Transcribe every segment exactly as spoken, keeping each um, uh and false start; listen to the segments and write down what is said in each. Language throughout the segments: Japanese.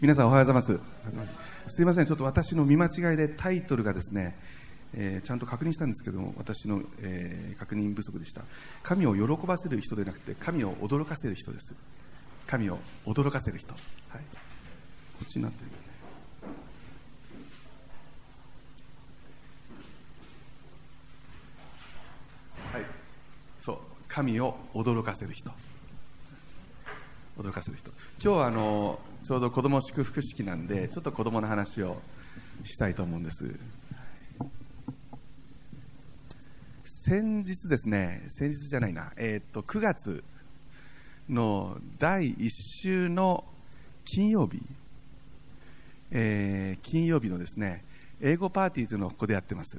皆さんおはようございます。すいません、ちょっと私の見間違いでタイトルがですね、えー、ちゃんと確認したんですけども、私の、えー、確認不足でした。神を喜ばせる人でなくて、神を驚かせる人です。神を驚かせる人、はい、こっちになってるよね。はい、そう、神を驚かせる人、驚かせる人。今日はあのちょうど子ども祝福式なんで、ちょっと子どもの話をしたいと思うんです。先日ですね、先日じゃないな、えー、っとくがつのだいいっ週の金曜日、えー、金曜日のですね、英語パーティーというのをここでやってます。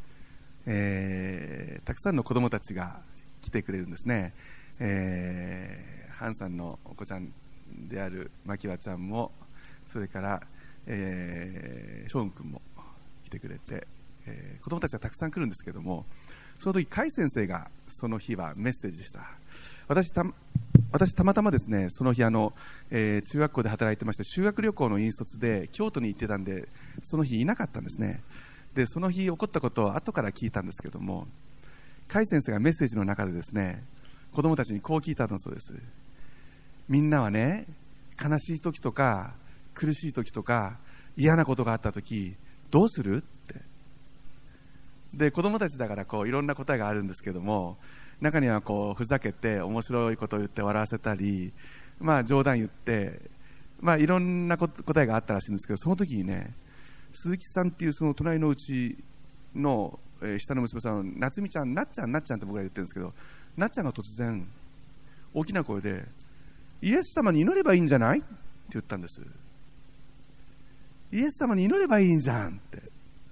えー、たくさんの子どもたちが来てくれるんですね。えー、ハンさんのお子ちゃんであるマキワちゃんも、それから、えー、ショーン君も来てくれて、えー、子どもたちはたくさん来るんですけども、その時甲斐先生がその日はメッセージでした。私 た, 私たまたまですね、その日あの、えー、中学校で働いてまして、修学旅行の引率で京都に行ってたんで、その日いなかったんですね。でその日起こったことを後から聞いたんですけども、甲斐先生がメッセージの中でですね、子どもたちにこう聞いたのそうです。みんなはね、悲しい時とか苦しい時とか嫌なことがあった時どうするって。で子どもたちだからこういろんな答えがあるんですけども、中にはこうふざけて面白いことを言って笑わせたり、まあ冗談言って、まあいろんな答えがあったらしいんですけど、その時にね、鈴木さんっていうその隣のうちの、えー、下の娘さんの夏美ちゃん、なっちゃんなっちゃんって僕ら言ってるんですけど、なっちゃんが突然大きな声で、イエス様に祈ればいいんじゃないって言ったんです。イエス様に祈ればいいんじゃんって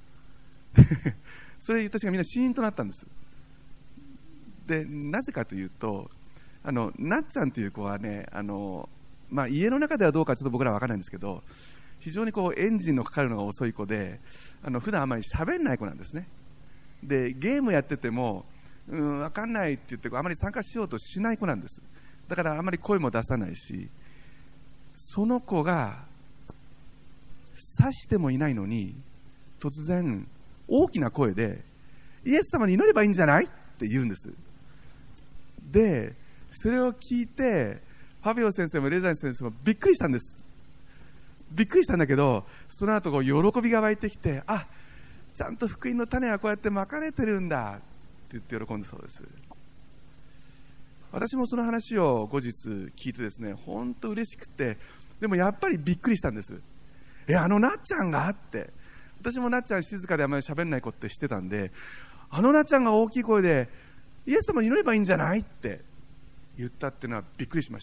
それ私がみんなシーンとなったんです。でなぜかというと、あのなっちゃんという子はね、あの、まあ、家の中ではどうかちょっと僕らは分からないんですけど、非常にこうエンジンのかかるのが遅い子で、あの普段あまり喋んない子なんですね。でゲームやってても、うん、分かんないって言ってあまり参加しようとしない子なんです。だからあまり声も出さないし、その子が指してもいないのに突然大きな声でイエス様に祈ればいいんじゃないって言うんです。でそれを聞いてファビオ先生もレザイン先生もびっくりしたんです。びっくりしたんだけど、その後こう喜びが湧いてきて、あ、ちゃんと福音の種はこうやってまかれてるんだって言って喜んだそうです。私もその話を後日聞いてですね、本当嬉しくて、でもやっぱりびっくりしたんです。え、あのなっちゃんがって。私もなっちゃん静かであまり喋んない子って知ってたんで、あのなっちゃんが大きい声でイエス様に祈ればいいんじゃないって言ったっていうのはびっくりしました。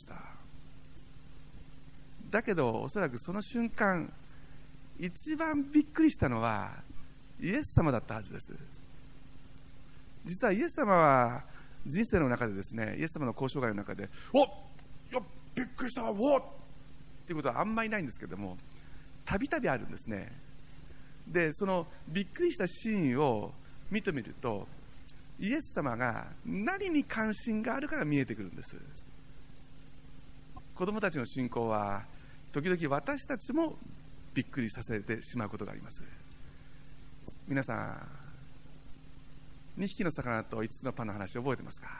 だけどおそらくその瞬間一番びっくりしたのはイエス様だったはずです。実はイエス様は人生の中でですね、イエス様の交渉外の中で、おっ、いやびっくりした、おっっていうことはあんまりないんですけども、たびたびあるんですね。でそのびっくりしたシーンを見てみると、イエス様が何に関心があるかが見えてくるんです。子供たちの信仰は時々私たちもびっくりさせてしまうことがあります。皆さん、にひきの魚といつつのパンの話覚えてますか？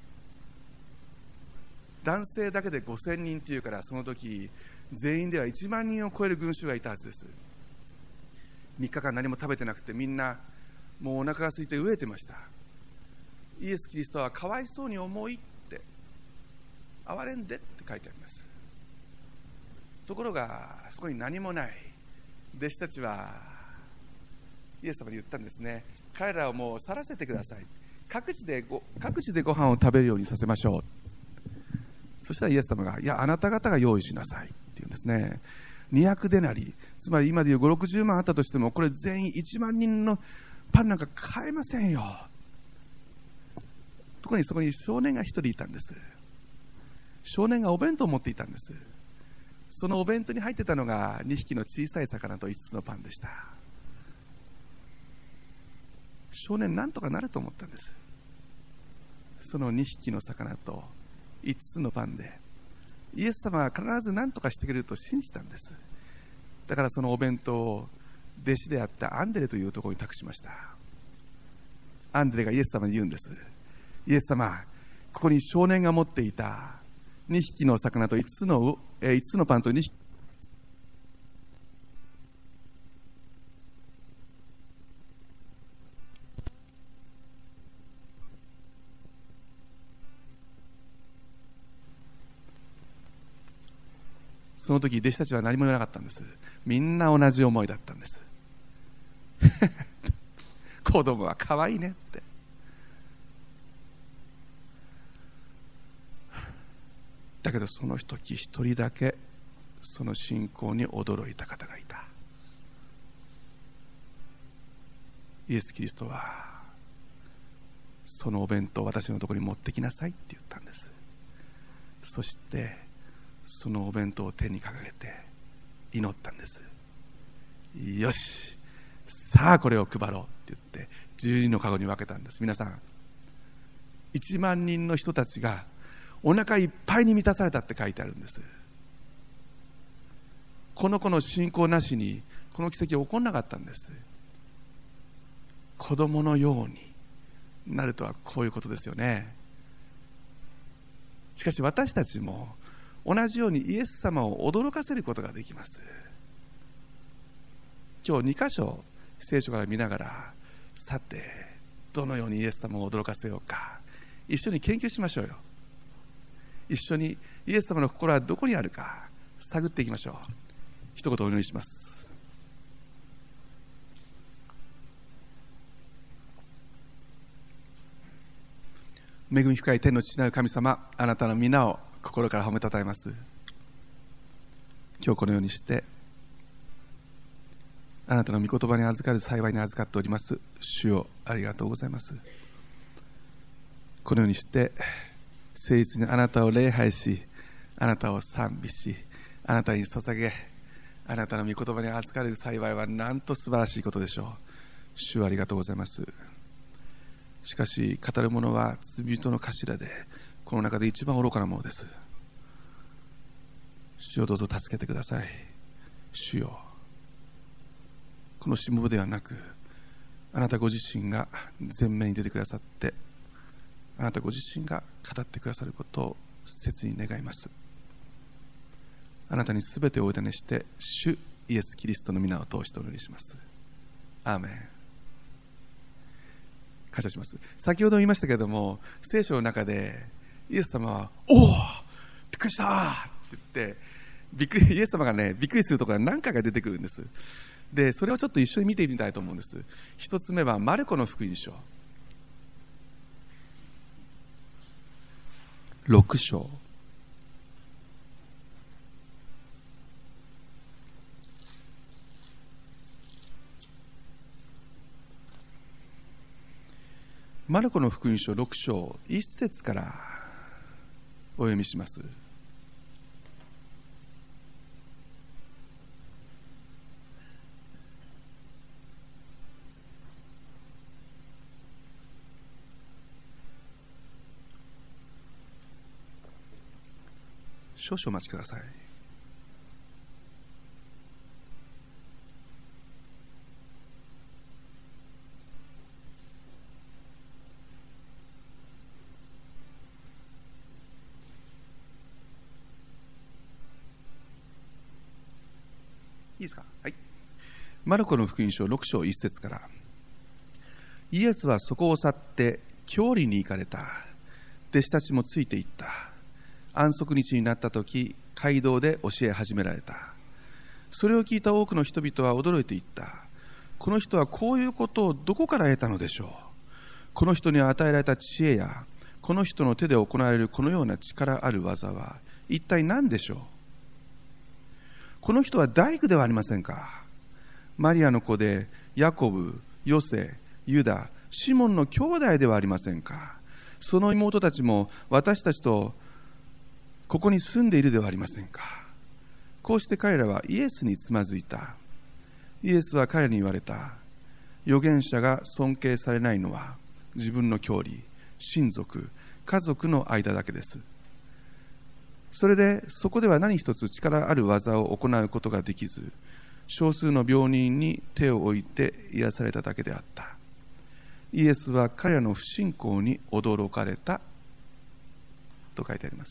男性だけでごせんにんっていうから、その時全員ではいちまんにんを超える群衆がいたはずです。みっかかん何も食べてなくて、みんなもうお腹が空いて飢えてました。イエス・キリストはかわいそうに思いって、憐れんでって書いてあります。ところがそこに何もない。弟子たちはイエス様に言ったんですね。彼らをもう去らせてください。各地で ご, 各地でご飯を食べるようにさせましょう。そしたらイエス様が、いや、あなた方が用意しなさいって言うんですね。にひゃくデナリ、つまり今でいうご、ろくじゅうまんあったとしても、これ全員いちまんにんのパンなんか買えませんよ。ところにそこに少年が一人いたんです。少年がお弁当を持っていたんです。そのお弁当に入ってたのがにひきの小さい魚といつつのパンでした。少年なんとかなると思ったんです。そのにひきの魚といつつのパンでイエス様は必ず何とかしてくれると信じたんです。 だからそのお弁当を弟子であったアンデレという男に託しました。アンデレがイエス様に言うんです。イエス様、ここに少年が持っていたにひきの魚といつつの、えー、いつつのパンとにひきその時弟子たちは何も言わなかったんです。みんな同じ思いだったんです子供は可愛いねって。だけどその時一人だけその信仰に驚いた方がいた。イエス・キリストはそのお弁当を私のところに持ってきなさいって言ったんです。そしてそのお弁当を手に掲げて祈ったんです。よし、さあこれを配ろうって言ってじゅうにのカゴに分けたんです。皆さん、いちまんにんの人たちがお腹いっぱいに満たされたって書いてあるんです。この子の信仰なしにこの奇跡は起こらなかったんです。子供のようになるとはこういうことですよね。しかし私たちも同じようにイエス様を驚かせることができます。今日に箇所聖書から見ながら、さてどのようにイエス様を驚かせようか、一緒に研究しましょうよ。一緒にイエス様の心はどこにあるか探っていきましょう。一言お祈りします。恵み深い天の父なる神様、あなたの皆を心から褒めたたえます。今日このようにしてあなたの御言葉に預かる幸いに預かっております。主よ、ありがとうございます。このようにして誠実にあなたを礼拝し、あなたを賛美し、あなたに捧げ、あなたの御言葉に預かる幸いはなんと素晴らしいことでしょう。主よ、ありがとうございます。しかし語る者は罪人の頭で、この中で一番愚かなものです。主よ、どうぞ助けてください。主よ、このしもべではなく、あなたご自身が前面に出てくださって、あなたご自身が語ってくださることを切に願います。あなたにすべてをお委ねして、主イエス・キリストの皆を通してお祈りします。アーメン。感謝します。先ほど言いましたけれども、聖書の中でイエス様はおおびっくりしたって言ってびっくり、イエス様がねびっくりするところが何回か出てくるんです。でそれをちょっと一緒に見てみたいと思うんです。一つ目はマルコの福音書ろく章マルコの福音書ろく章いち節からお読みします。少々お待ちください。いいですか。はい。マルコの福音書ろく章いち節から、イエスはそこを去って郷里に行かれた。弟子たちもついて行った。安息日になった時、街道で教え始められた。それを聞いた多くの人々は驚いていった。この人はこういうことをどこから得たのでしょう。この人に与えられた知恵や、この人の手で行われるこのような力ある技は一体何でしょう。この人は大工ではありませんか。マリアの子でヤコブ、ヨセ、ユダ、シモンの兄弟ではありませんか。その妹たちも私たちとここに住んでいるではありませんか。こうして彼らはイエスにつまずいた。イエスは彼に言われた。預言者が尊敬されないのは自分の郷里、親族、家族の間だけです。それでそこでは何一つ力ある技を行うことができず、 少数の病人に手を置いて癒されただけであった。イエスは彼らの不信仰に驚かれたと書いてあります。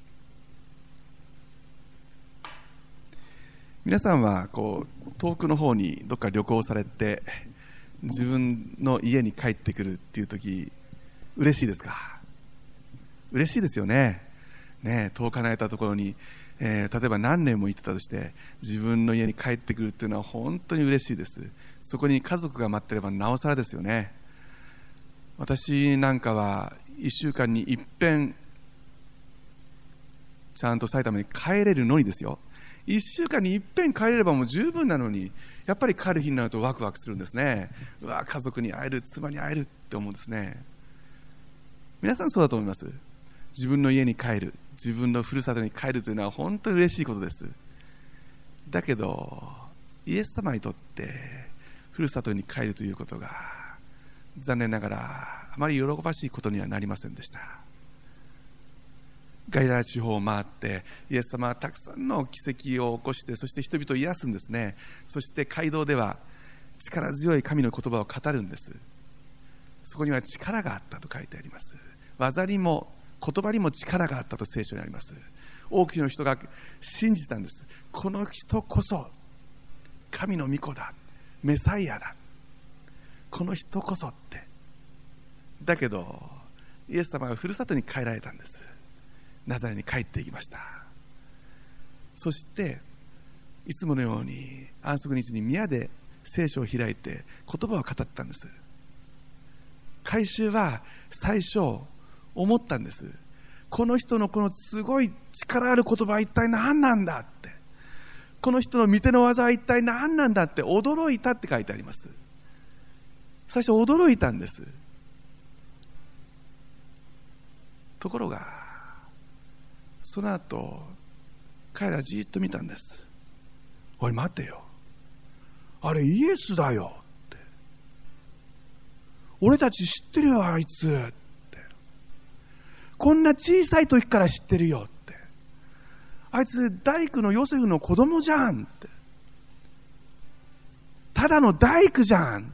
皆さんはこう遠くの方にどっか旅行されて自分の家に帰ってくるっていう時嬉しいですか？嬉しいですよね。ね、遠く離れたところに、えー、例えば何年も行ってたとして自分の家に帰ってくるっていうのは本当に嬉しいです。そこに家族が待ってればなおさらですよね。私なんかはいっしゅうかんにいっぺんちゃんと埼玉に帰れるのにですよ。いっしゅうかんにいっぺん帰れればもう十分なのに、やっぱり帰る日になるとワクワクするんですね。うわ、家族に会える、妻に会えるって思うんですね。皆さんそうだと思います。自分の家に帰る、自分のふるさとに帰るというのは本当に嬉しいことです。だけどイエス様にとってふるさとに帰るということが残念ながらあまり喜ばしいことにはなりませんでした。ガリラヤ地方を回ってイエス様はたくさんの奇跡を起こして、そして人々を癒すんですね。そして街道では力強い神の言葉を語るんです。そこには力があったと書いてあります。技にも言葉にも力があったと聖書にあります。多くの人が信じたんです。この人こそ神の御子だ、メサイアだ、この人こそって。だけどイエス様はふるさとに帰られたんです。ナザレに帰っていきました。そしていつものように安息日に宮で聖書を開いて言葉を語ったんです。回収は最初思ったんです。この人のこのすごい力ある言葉は一体何なんだって、この人の御手の技は一体何なんだって驚いたって書いてあります。最初驚いたんです。ところがその後彼らじっと見たんです。おい待てよ、あれイエスだよって、俺たち知ってるよあいつって、こんな小さい時から知ってるよって、あいつ大工のヨセフの子供じゃんって、ただの大工じゃんって、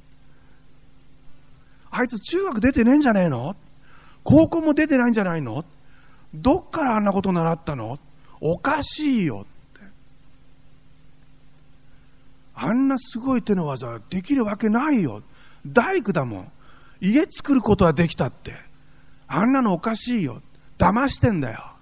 あいつ中学出てねえんじゃねえの、高校も出てないんじゃないの、どっからあんなこと習ったの、おかしいよって、あんなすごい手の技できるわけないよ、大工だもん、家作ることはできたって、あんなのおかしいよ、騙してんだよ。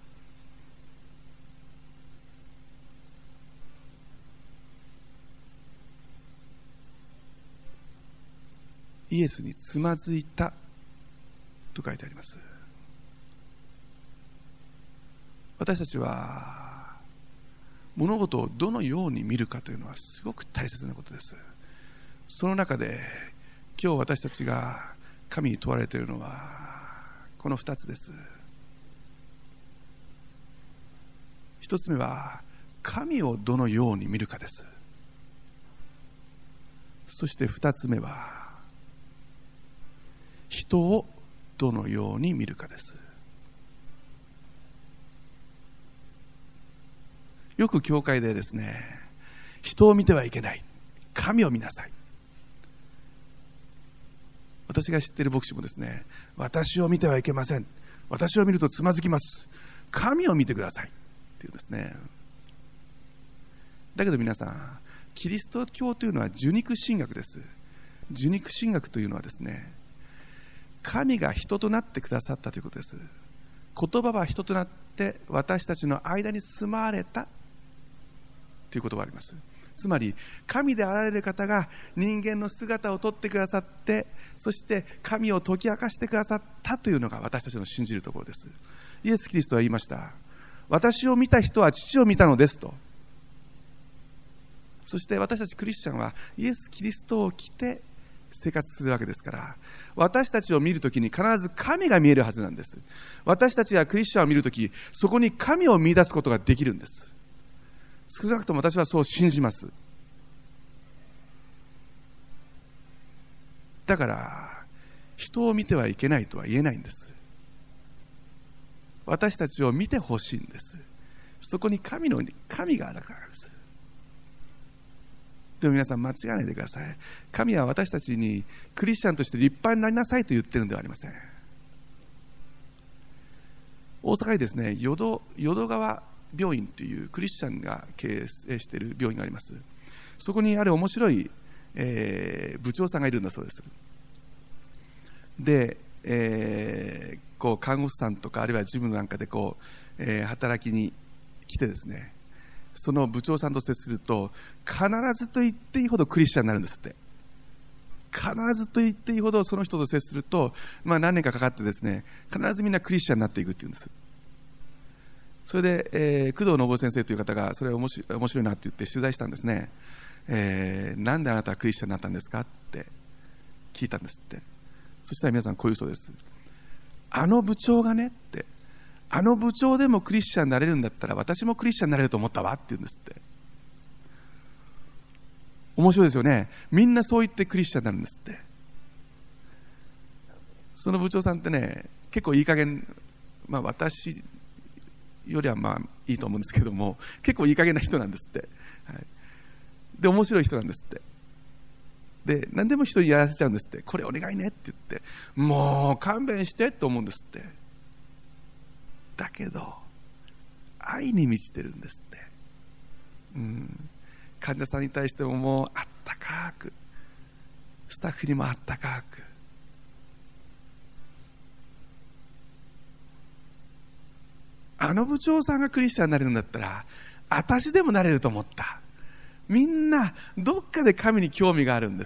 イエスにつまずいたと書いてあります。私たちは物事をどのように見るかというのはすごく大切なことです。その中で今日私たちが神に問われているのはこの二つです。一つ目は神をどのように見るかです。そして二つ目は人をどのように見るかです。よく教会でですね、人を見てはいけない、神を見なさい。私が知っている牧師もですね、私を見てはいけません、私を見るとつまずきます、神を見てくださいっていうですね。だけど皆さん、キリスト教というのは受肉神学です。受肉神学というのはですね、神が人となってくださったということです。言葉は人となって私たちの間に住まわれたということがあります。つまり神であられる方が人間の姿をとってくださって、そして神を解き明かしてくださったというのが私たちの信じるところです。イエス・キリストは言いました。私を見た人は父を見たのですと。そして私たちクリスチャンはイエス・キリストを着て生活するわけですから、私たちを見るときに必ず神が見えるはずなんです。私たちがクリスチャンを見るとき、そこに神を見出すことができるんです。少なくとも私はそう信じます。だから人を見てはいけないとは言えないんです。私たちを見てほしいんです。そこに神の神があるからです。 でも皆さん間違わないでください。神は私たちにクリスチャンとして立派になりなさいと言ってるんではありません。大阪にですね、淀淀川病院というクリスチャンが経営している病院があります。そこにある面白い、えー、部長さんがいるんだそうです。で、えー、こう看護師さんとかあるいはジムなんかでこう、えー、働きに来てですね、その部長さんと接すると必ずと言っていいほどクリスチャンになるんですって。必ずと言っていいほどその人と接すると、まあ、何年かかかってですね、必ずみんなクリスチャンになっていくっていうんです。それで、えー、工藤信夫先生という方がそれ面白い、面白いなって言って取材したんですね。えー、なんであなたはクリスチャンになったんですかって聞いたんですって。そしたら皆さんこういう人です。あの部長がねって、あの部長でもクリスチャンになれるんだったら私もクリスチャンになれると思ったわって言うんですって。面白いですよね。みんなそう言ってクリスチャンになるんですって。その部長さんってね、結構いい加減、まあ私よりはまあいいと思うんですけども、結構いい加減な人なんですって。はい、で面白い人なんですって。で何でも人にやらせちゃうんですって。これお願いねって言って、もう勘弁してと思うんですって。だけど愛に満ちてるんですって。うん、患者さんに対してももうあったかく、スタッフにもあったかく、あの部長さんがクリスチャンになれるんだったら私でもなれると思った。みんなどっかで神に興味があるんです。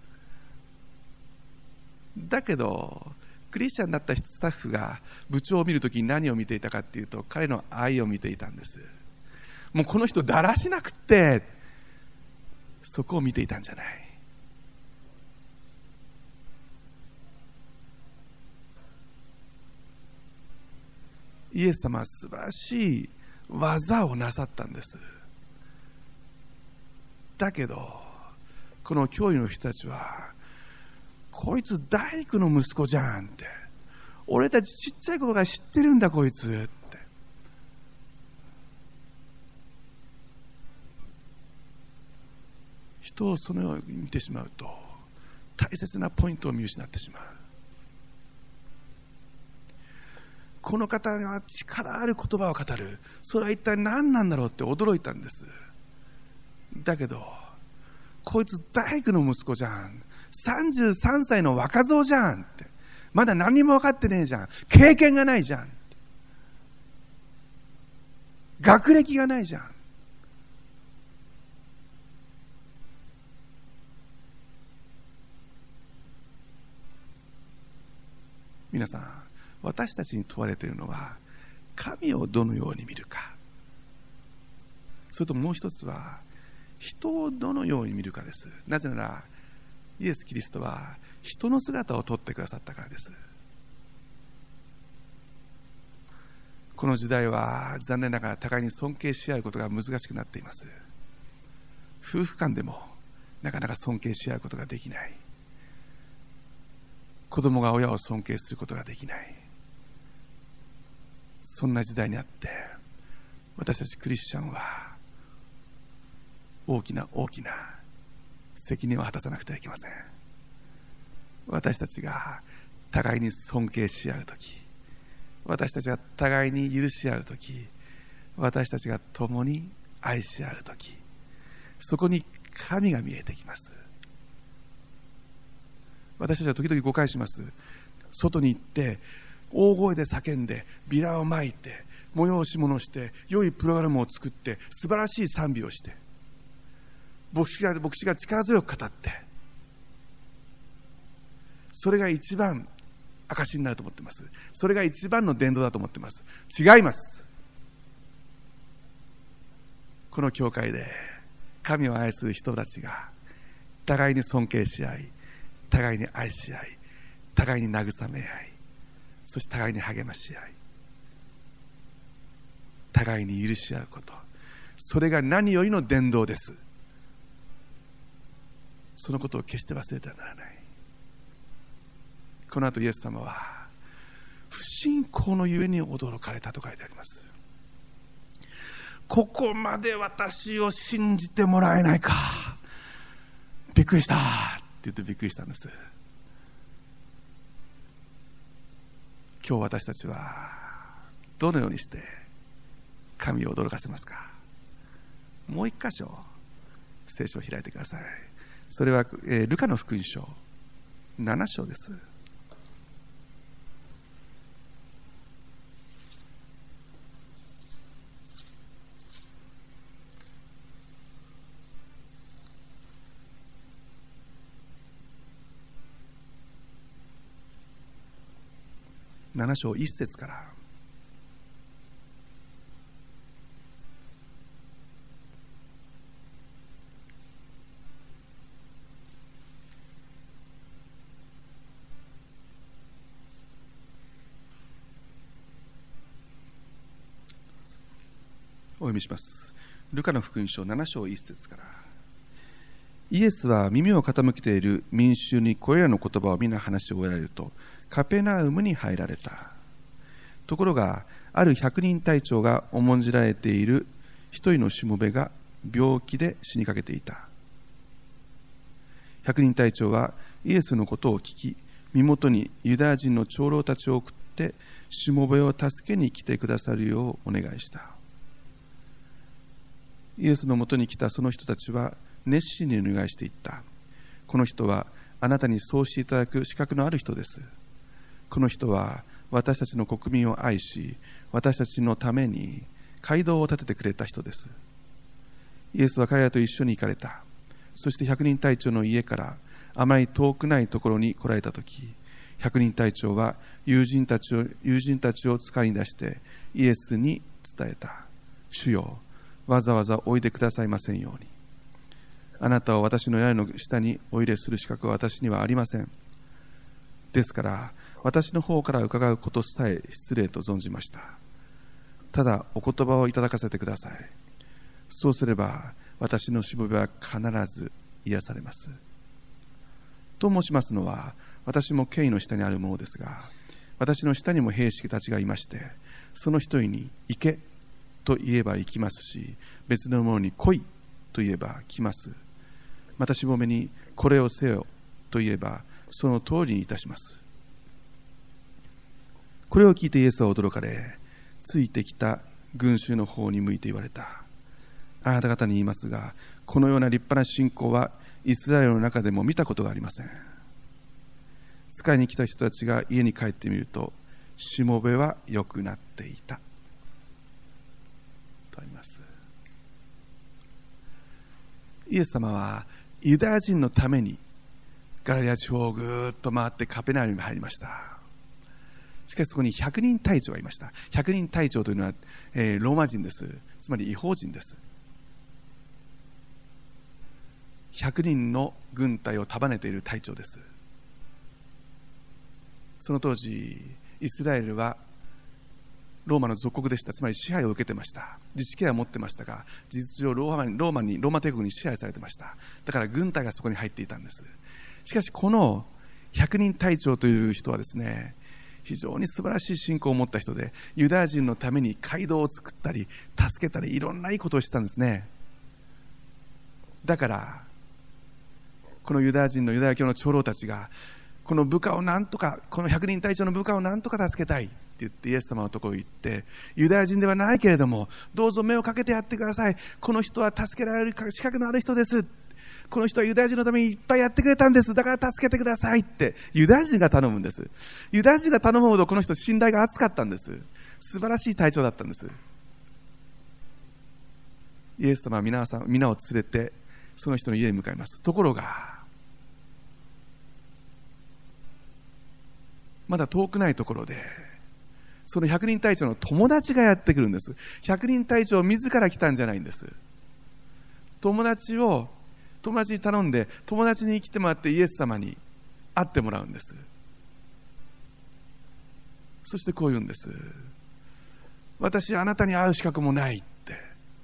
だけどクリスチャンになったスタッフが部長を見るときに何を見ていたかっていうと、彼の愛を見ていたんです。もうこの人だらしなくってそこを見ていたんじゃない。イエス様は素晴らしい技をなさったんです。だけどこの教諭の人たちは、こいつ大工の息子じゃんって、俺たちちっちゃい頃から知ってるんだこいつって、人をそのように見てしまうと大切なポイントを見失ってしまう。この方が力ある言葉を語る、それは一体何なんだろうって驚いたんです。だけどこいつ大工の息子じゃん、さんじゅうさんさいの若造じゃんって、まだ何にも分かってねえじゃん、経験がないじゃん、学歴がないじゃん。皆さん、私たちに問われているのは神をどのように見るか、それともう一つは人をどのように見るかです。なぜならイエス・キリストは人の姿を取ってくださったからです。この時代は残念ながら互いに尊敬し合うことが難しくなっています。夫婦間でもなかなか尊敬し合うことができない。子供が親を尊敬することができない。そんな時代にあって、私たちクリスチャンは大きな大きな責任を果たさなくてはいけません。私たちが互いに尊敬し合うとき、私たちが互いに許し合うとき、私たちが共に愛し合うとき、そこに神が見えてきます。私たちは時々誤解します。外に行って大声で叫んでビラをまいて催し物をして良いプログラムを作って素晴らしい賛美をして牧師が牧師が力強く語って、それが一番証になると思っています。それが一番の伝道だと思っています。違います。この教会で神を愛する人たちが互いに尊敬し合い、互いに愛し合い、互いに慰め合い、そして互いに励まし合い、互いに許し合うこと、それが何よりの伝道です。そのことを決して忘れてはならない。この後イエス様は不信仰のゆえに驚かれたと書いてあります。ここまで私を信じてもらえないか、 びっくりしたって言ってびっくりしたんです。今日私たちはどのようにして神を驚かせますか。もう一箇所聖書を開いてください。それは、えー、ルカの福音書なな章です。なな章いっ節から。お読みします。ルカの福音書なな章いっ節から。イエスは耳を傾けている民衆にこれらの言葉を皆話し終えられると、カペナウムに入られた。ところが、ある百人隊長が重んじられている一人のしもべが病気で死にかけていた。百人隊長はイエスのことを聞き、身元にユダヤ人の長老たちを送って、しもべを助けに来てくださるようお願いした。イエスのもとに来たその人たちは熱心にお願いしていった。この人はあなたにそうしていただく資格のある人です。この人は私たちの国民を愛し、私たちのために街道を建ててくれた人です。イエスは彼らと一緒に行かれた。そして百人隊長の家からあまり遠くないところに来られたとき、百人隊長は友人たちを友人たちを使い出してイエスに伝えた。主よ、わざわざおいでくださいませんように。あなたを私の屋根の下にお入れする資格は私にはありません。ですから私の方から伺うことさえ失礼と存じました。ただお言葉をいただかせてください。そうすれば私のしもべは必ず癒されます。と申しますのは、私も権威の下にあるものですが、私の下にも兵士たちがいまして、その一人に行けと言えば行きますし、別のものに来いと言えば来ます。またしもべにこれをせよと言えばその通りにいたします。これを聞いてイエスは驚かれ、ついてきた群衆の方に向いて言われた。あなた方に言いますが、このような立派な信仰はイスラエルの中でも見たことがありません。使いに来た人たちが家に帰ってみると、しもべは良くなっていたとあります。イエス様はユダヤ人のためにガリラヤ地方をぐーっと回ってカペナウムに入りました。しかしそこに百人隊長がいました。百人隊長というのは、えー、ローマ人です。つまり異邦人です。百人の軍隊を束ねている隊長です。その当時イスラエルはローマの属国でした。つまり支配を受けてました。自治権は持ってましたが、事実上ローマにローマにローマ帝国に支配されてました。だから軍隊がそこに入っていたんです。しかしこの百人隊長という人はですね、非常に素晴らしい信仰を持った人で、ユダヤ人のために街道を作ったり助けたり、いろんないいことをしてたんですね。だからこのユダヤ人のユダヤ教の長老たちが、この部下をなんとか、この百人隊長の部下をなんとか助けたいって言ってイエス様のところに行って、ユダヤ人ではないけれどもどうぞ目をかけてやってください。この人は助けられる資格のある人です。この人はユダヤ人のためにいっぱいやってくれたんです。だから助けてくださいってユダヤ人が頼むんです。ユダヤ人が頼むほどこの人信頼が厚かったんです。素晴らしい隊長だったんです。イエス様は皆さん皆を連れてその人の家に向かいます。ところがまだ遠くないところで、その百人隊長の友達がやってくるんです。百人隊長自ら来たんじゃないんです。友達を友達に頼んで、友達に来てもらってイエス様に会ってもらうんです。そしてこう言うんです。私あなたに会う資格もないって。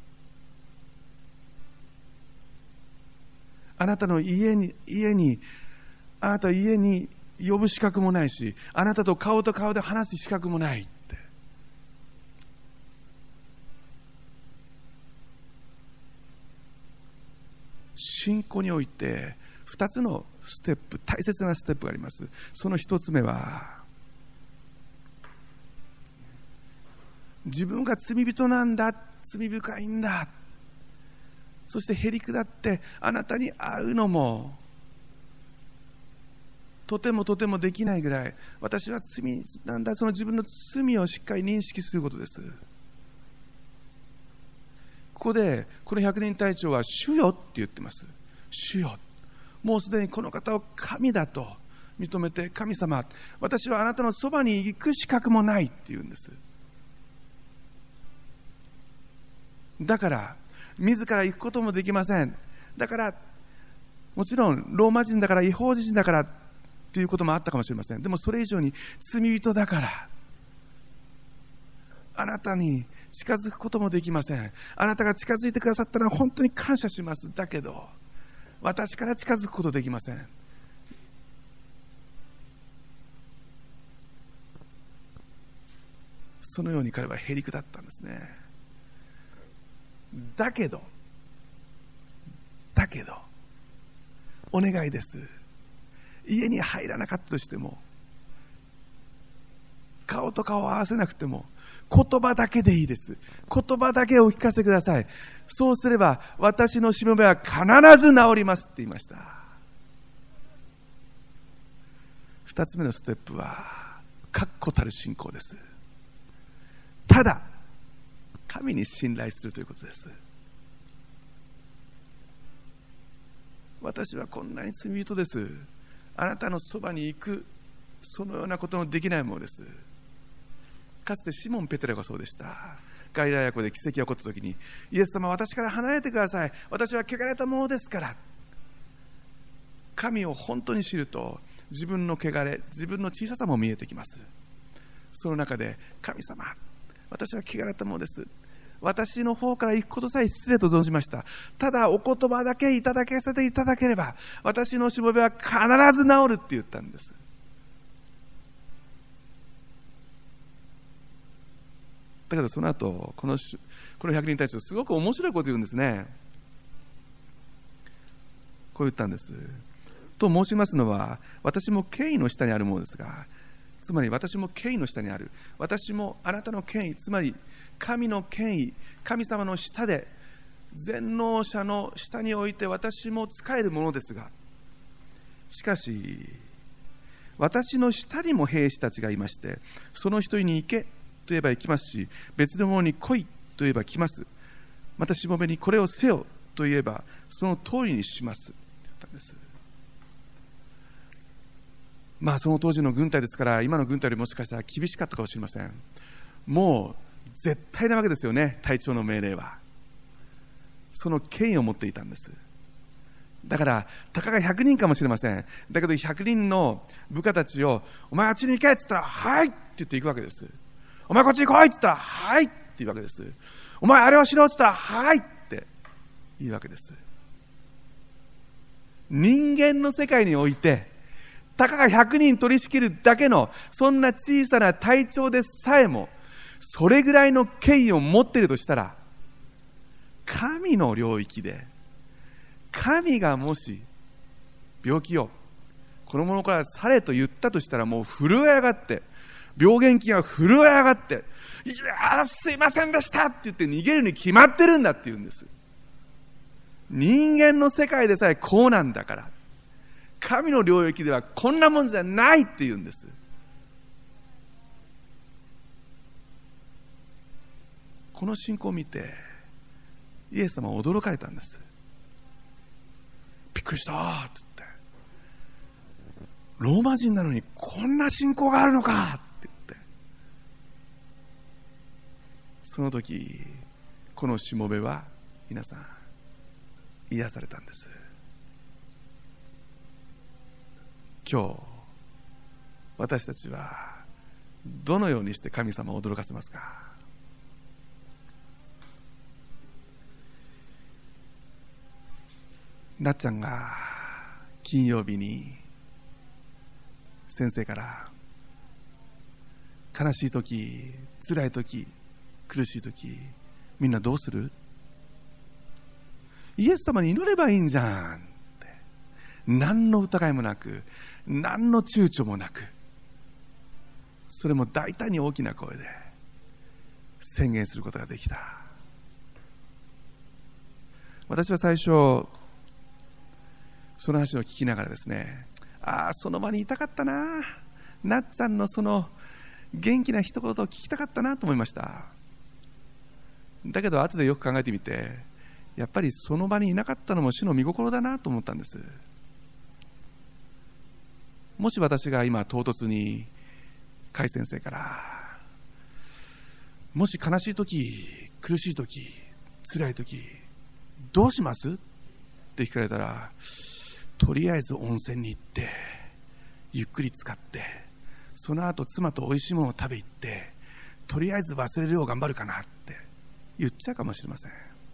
あなたの家に家にあなた家に呼ぶ資格もないし、あなたと顔と顔で話す資格もないって。信仰においてふたつのステップ、大切なステップがあります。そのひとつめは、自分が罪人なんだ、罪深いんだ、そしてへりくだってあなたに会うのもとてもとてもできないぐらい私は罪なんだ、その自分の罪をしっかり認識することです。ここでこの百人隊長は主よって言ってます。主よ、もうすでにこの方を神だと認めて、神様、私はあなたのそばに行く資格もないって言うんです。だから自ら行くこともできません。だからもちろんローマ人だから、違法人だからということもあったかもしれません。でもそれ以上に罪人だからあなたに近づくこともできません。あなたが近づいてくださったら本当に感謝します。だけど私から近づくことできません。そのように彼はへりくだったんですね。だけどだけどお願いです。家に入らなかったとしても、顔と顔を合わせなくても、言葉だけでいいです。言葉だけお聞かせください。そうすれば私のしもべは必ず治りますって言いました。二つ目のステップは確固たる信仰です。ただ神に信頼するということです。私はこんなに罪人です。あなたのそばに行く、そのようなことのできないものです。かつてシモン・ペテロがそうでした。ガリラヤ湖で奇跡が起こった時に、イエス様、私から離れてください、私は汚れたものですから。神を本当に知ると自分の汚れ、自分の小ささも見えてきます。その中で、神様、私は汚れたものです、私の方から行くことさえ失礼と存じました。ただお言葉だけいただけさせていただければ私のしもべは必ず治るって言ったんです。だけどその後このこの百人隊長すごく面白いこと言うんですね。こう言ったんです。と申しますのは、私も権威の下にあるものですが、つまり私も権威の下にある、私もあなたの権威、つまり神の権威、神様の下で全能者の下において私も仕えるものですが、しかし私の下にも兵士たちがいまして、その一人に行けと言えば行きますし、別の者に来いと言えば来ます。またしもべにこれをせよと言えばその通りにしますと言ったんです。まあその当時の軍隊ですから、今の軍隊よりもしかしたら厳しかったかもしれません。もう絶対なわけですよね、隊長の命令は。その権威を持っていたんです。だからたかがひゃくにんかもしれません。だけどひゃくにんの部下たちを、お前あっちに行けって言ったらはいって言って行くわけです。お前こっちに来いって言ったらはいって言うわけです。お前あれをしろって言ったらはいって言うわけです。人間の世界においてたかがひゃくにん取り仕切るだけのそんな小さな隊長でさえもそれぐらいの権威を持っているとしたら、神の領域で神がもし病気をこの者から去れと言ったとしたら、もう震え上がって、病原菌が震え上がって、いやすいませんでしたって言って逃げるに決まってるんだって言うんです。人間の世界でさえこうなんだから、神の領域ではこんなもんじゃないって言うんです。この信仰を見てイエス様は驚かれたんです。びっくりしたって言って、ローマ人なのにこんな信仰があるのかって言って、その時このしもべは皆さん癒されたんです。今日私たちはどのようにして神様を驚かせますか。なっちゃんが金曜日に先生から悲しい時、辛い時、苦しい時、みんなどうする？イエス様に祈ればいいんじゃんって。 何の疑いもなく、何の躊躇もなく、それも大胆に大きな声で宣言することができた。私は最初その話を聞きながらですね、ああその場にいたかったな、なっちゃんのその元気な一言を聞きたかったなと思いました。だけど後でよく考えてみて、やっぱりその場にいなかったのも主の御心だなと思ったんです。もし私が今唐突に甲斐先生から、もし悲しい時、苦しい時、辛い時どうしますって聞かれたら、とりあえず温泉に行ってゆっくり浸かって、その後妻とおいしいものを食べ行って、とりあえず忘れるよう頑張るかなって言っちゃうかもしれません。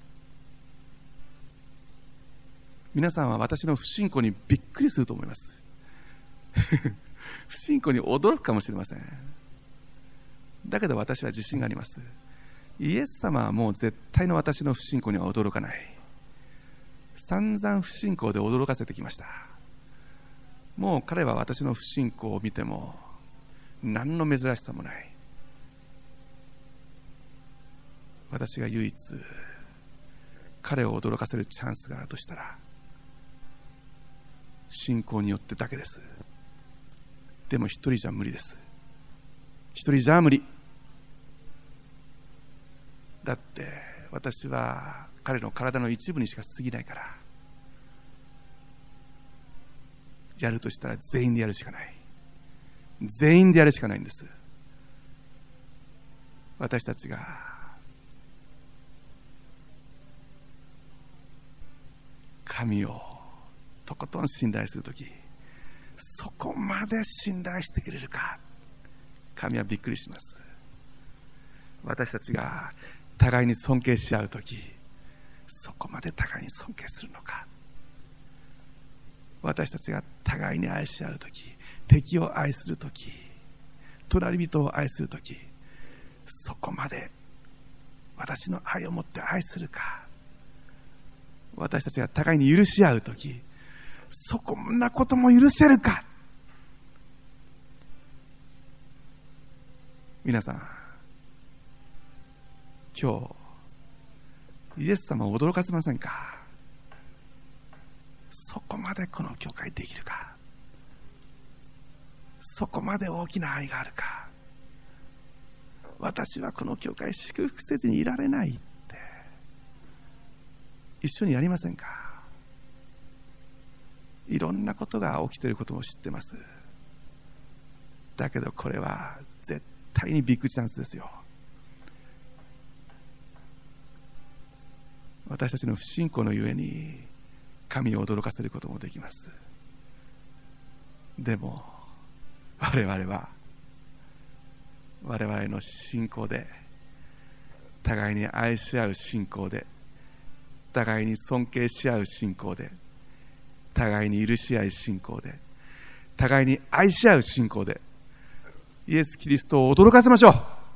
皆さんは私の不信仰にびっくりすると思います不信仰に驚くかもしれません。だけど私は自信があります。イエス様はもう絶対の私の不信仰には驚かない。散々不信仰で驚かせてきました。もう彼は私の不信仰を見ても何の珍しさもない。私が唯一彼を驚かせるチャンスがあるとしたら、信仰によってだけです。でも一人じゃ無理です。一人じゃ無理。だって私は彼の体の一部にしか過ぎないから。やるとしたら全員でやるしかない。全員でやるしかないんです。私たちが神をとことん信頼するとき、そこまで信頼してくれるか、神はびっくりします。私たちが互いに尊敬し合うとき、そこまで互いに尊敬するのか。私たちが互いに愛し合うとき、敵を愛するとき、隣人を愛するとき、そこまで私の愛を持って愛するか。私たちが互いに許し合うとき、そこんなことも許せるか。皆さん、今日イエス様を驚かせませんか。そこまでこの教会できるか。そこまで大きな愛があるか。私はこの教会祝福せずにいられないって、一緒にやりませんか。いろんなことが起きていることも知ってます。だけどこれは絶対にビッグチャンスですよ。私たちの不信仰のゆえに神を驚かせることもできます。でも我々は我々の信仰で、互いに愛し合う信仰で、互いに尊敬し合う信仰で、互いに許し合い信仰で、互いに愛し合う信仰で、イエス・キリストを驚かせましょう。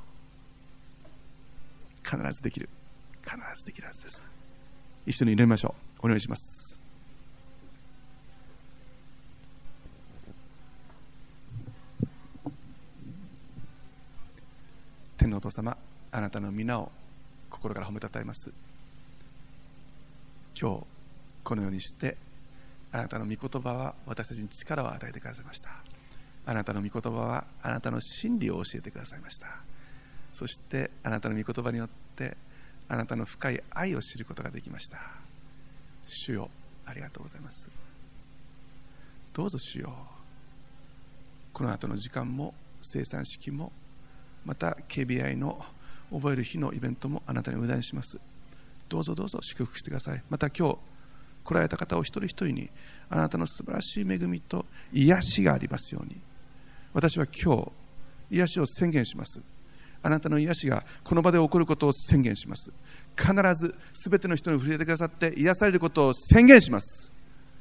必ずできる。必ずできるはずです。一緒に祈りましょう。お願いします。天のお父様、あなたの皆を心から褒めたたえます。今日このようにしてあなたの御言葉は私たちに力を与えてくださいました。あなたの御言葉はあなたの真理を教えてくださいました。そしてあなたの御言葉によってあなたの深い愛を知ることができました。主よ、ありがとうございます。どうぞ主よ、この後の時間も生産式もまた ケービーアイ の覚える日のイベントもあなたにお委ねします。どうぞどうぞ祝福してください。また今日来られた方を一人一人にあなたの素晴らしい恵みと癒しがありますように、私は今日癒しを宣言します。あなたの癒しがこの場で起こることを宣言します。必ず全ての人に触れてくださって癒されることを宣言します。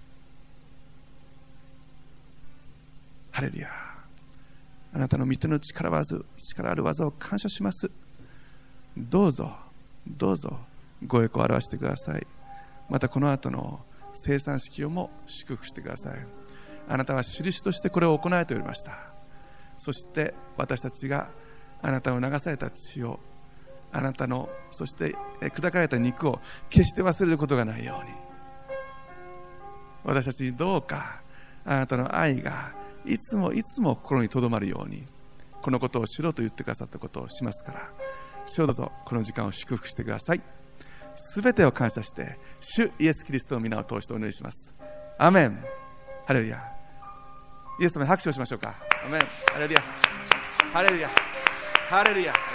ハレルヤ。あなたの御手の力技、力ある技を感謝します。どうぞどうぞご栄光を表してください。またこの後の生産式をも祝福してください。あなたは印としてこれを行えておりました。そして私たちがあなたの流された血を、あなたのそして砕かれた肉を決して忘れることがないように、私たちにどうかあなたの愛がいつもいつも心にとどまるように、このことをしろと言ってくださったことをしますから、主よどうぞこの時間を祝福してください。すべてを感謝して主イエスキリストの皆を通してお祈りします。アメン。ハレルヤ。イエス様に拍手をしましょうか。アメン。ハレルヤ。ハレルヤ。ハレルヤ。